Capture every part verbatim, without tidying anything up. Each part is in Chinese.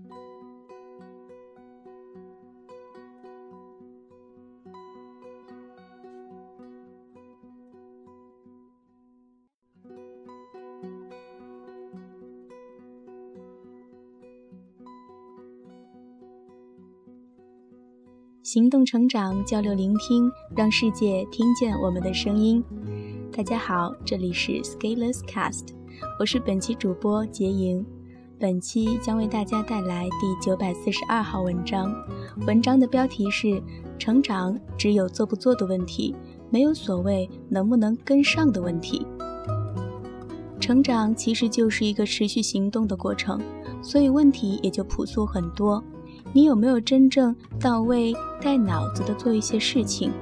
行动成长，交流聆听，让世界听见我们的声音。大家好，这里是 Scaleless Cast， 我是本期主播洁莹。本期将为大家带来第九百四十二号文章，文章的标题是成长只有做不做的问题，没有所谓能不能跟上的问题。成长其实就是一个持续行动的过程，所以问题也就朴素很多。你有没有真正到位带脑子的做一些事情？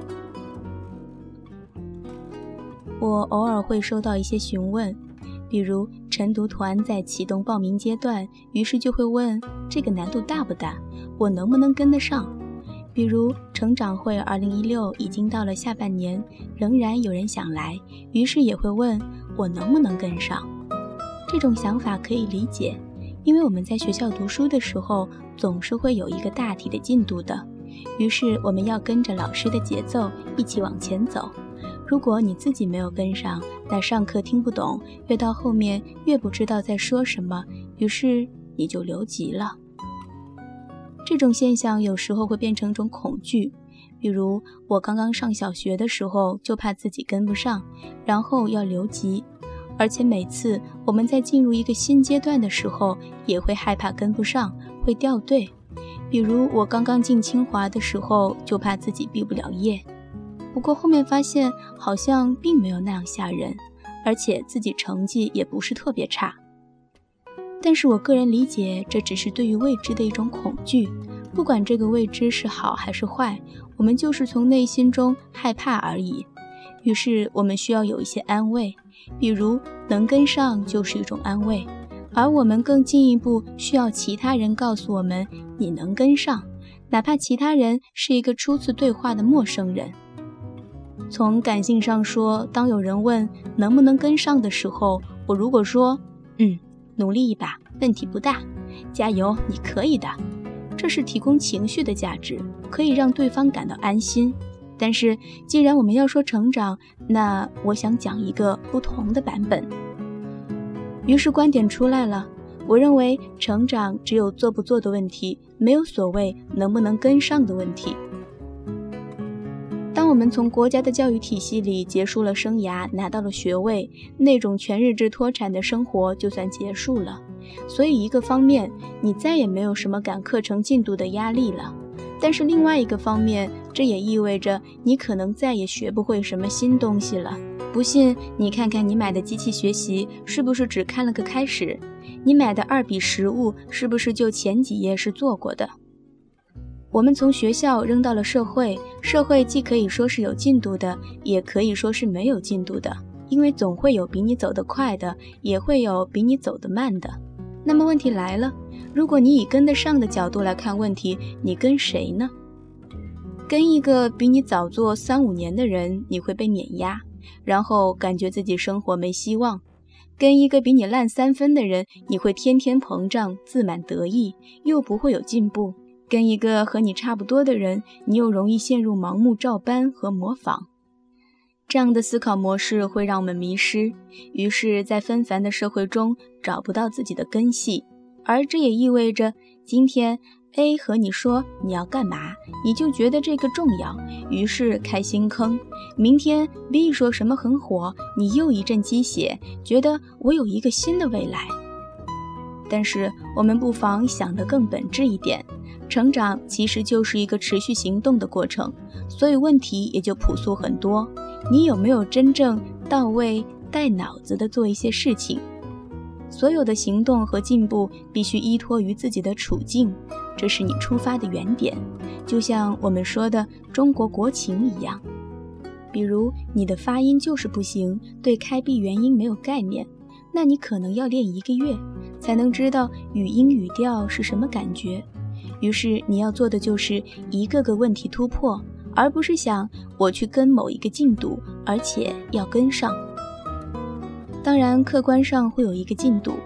我偶尔会收到一些询问，比如晨读团在启动报名阶段，于是就会问这个难度大不大，我能不能跟得上？比如成长会二零一六已经到了下半年，仍然有人想来，于是也会问我能不能跟上。这种想法可以理解，因为我们在学校读书的时候总是会有一个大体的进度的，于是我们要跟着老师的节奏一起往前走。如果你自己没有跟上，那上课听不懂，越到后面越不知道在说什么，于是你就留级了。这种现象有时候会变成一种恐惧，比如我刚刚上小学的时候就怕自己跟不上，然后要留级，而且每次我们在进入一个新阶段的时候也会害怕跟不上，会掉队。比如我刚刚进清华的时候就怕自己毕不了业，不过后面发现好像并没有那样吓人，而且自己成绩也不是特别差。但是我个人理解，这只是对于未知的一种恐惧，不管这个未知是好还是坏，我们就是从内心中害怕而已。于是我们需要有一些安慰，比如能跟上就是一种安慰，而我们更进一步需要其他人告诉我们你能跟上，哪怕其他人是一个初次对话的陌生人。从感性上说，当有人问能不能跟上的时候，我如果说嗯，努力一把，问题不大，加油，你可以的，这是提供情绪的价值，可以让对方感到安心。但是既然我们要说成长，那我想讲一个不同的版本。于是观点出来了，我认为成长只有做不做的问题，没有所谓能不能跟上的问题。当我们从国家的教育体系里结束了生涯，拿到了学位，那种全日制脱产的生活就算结束了。所以一个方面，你再也没有什么赶课程进度的压力了，但是另外一个方面，这也意味着你可能再也学不会什么新东西了。不信你看看你买的机器学习是不是只看了个开始，你买的二笔实物是不是就前几页是做过的。我们从学校扔到了社会，社会既可以说是有进度的，也可以说是没有进度的，因为总会有比你走得快的，也会有比你走得慢的。那么问题来了，如果你以跟得上的角度来看问题，你跟谁呢？跟一个比你早做三五年的人，你会被碾压，然后感觉自己生活没希望。跟一个比你烂三分的人，你会天天膨胀，自满得意，又不会有进步。跟一个和你差不多的人，你又容易陷入盲目照搬和模仿。这样的思考模式会让我们迷失，于是在纷繁的社会中找不到自己的根系。而这也意味着，今天 A 和你说你要干嘛，你就觉得这个重要，于是开新坑。明天 B 说什么很火，你又一阵鸡血，觉得我有一个新的未来。但是我们不妨想得更本质一点，成长其实就是一个持续行动的过程，所以问题也就朴素很多。你有没有真正到位带脑子的做一些事情？所有的行动和进步必须依托于自己的处境，这是你出发的原点，就像我们说的中国国情一样。比如你的发音就是不行，对开闭元音没有概念，那你可能要练一个月才能知道语音语调是什么感觉。于是你要做的就是一个个问题突破，而不是想我去跟某一个进度，而且要跟上。当然客观上会有一个进度，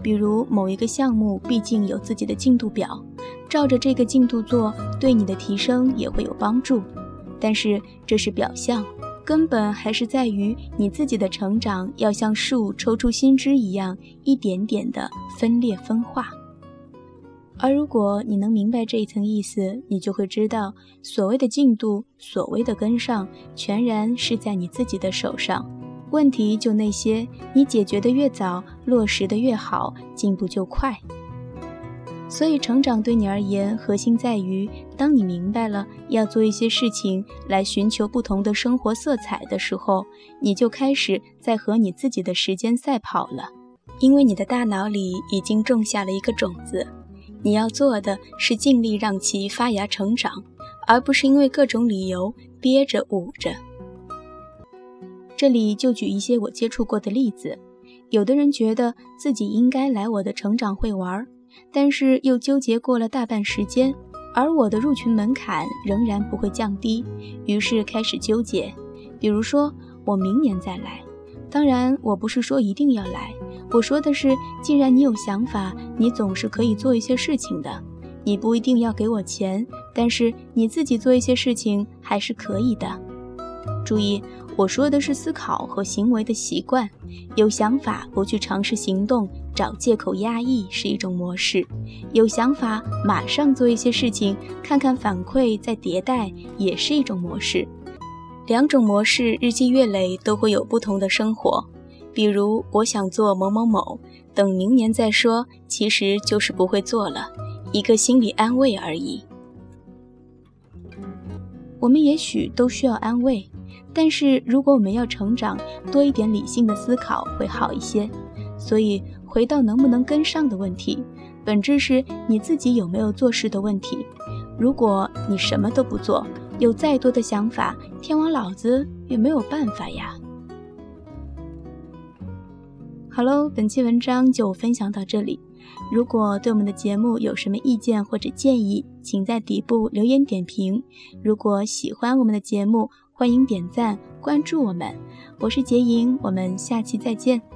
比如某一个项目毕竟有自己的进度表，照着这个进度做，对你的提升也会有帮助。但是这是表象，根本还是在于你自己的成长要像树抽出新枝一样，一点点的分裂分化。而如果你能明白这一层意思，你就会知道，所谓的进度，所谓的跟上，全然是在你自己的手上。问题就那些，你解决的越早，落实的越好，进步就快。所以成长对你而言，核心在于，当你明白了要做一些事情来寻求不同的生活色彩的时候，你就开始在和你自己的时间赛跑了。因为你的大脑里已经种下了一个种子，你要做的是尽力让其发芽成长，而不是因为各种理由憋着捂着。这里就举一些我接触过的例子，有的人觉得自己应该来我的成长会玩，但是又纠结过了大半时间，而我的入群门槛仍然不会降低，于是开始纠结。比如说，我明年再来。当然，我不是说一定要来，我说的是，既然你有想法，你总是可以做一些事情的。你不一定要给我钱，但是你自己做一些事情还是可以的。注意，我说的是思考和行为的习惯。有想法不去尝试行动，找借口压抑是一种模式；有想法马上做一些事情，看看反馈再迭代也是一种模式。两种模式日积月累都会有不同的生活。比如我想做某某某，等明年再说，其实就是不会做了，一个心理安慰而已。我们也许都需要安慰，但是如果我们要成长，多一点理性的思考会好一些。所以回到能不能跟上的问题，本质是你自己有没有做事的问题。如果你什么都不做，有再多的想法，天王老子也没有办法呀。好喽，本期文章就分享到这里。如果对我们的节目有什么意见或者建议，请在底部留言点评。如果喜欢我们的节目，欢迎点赞关注我们。我是洁莹，我们下期再见。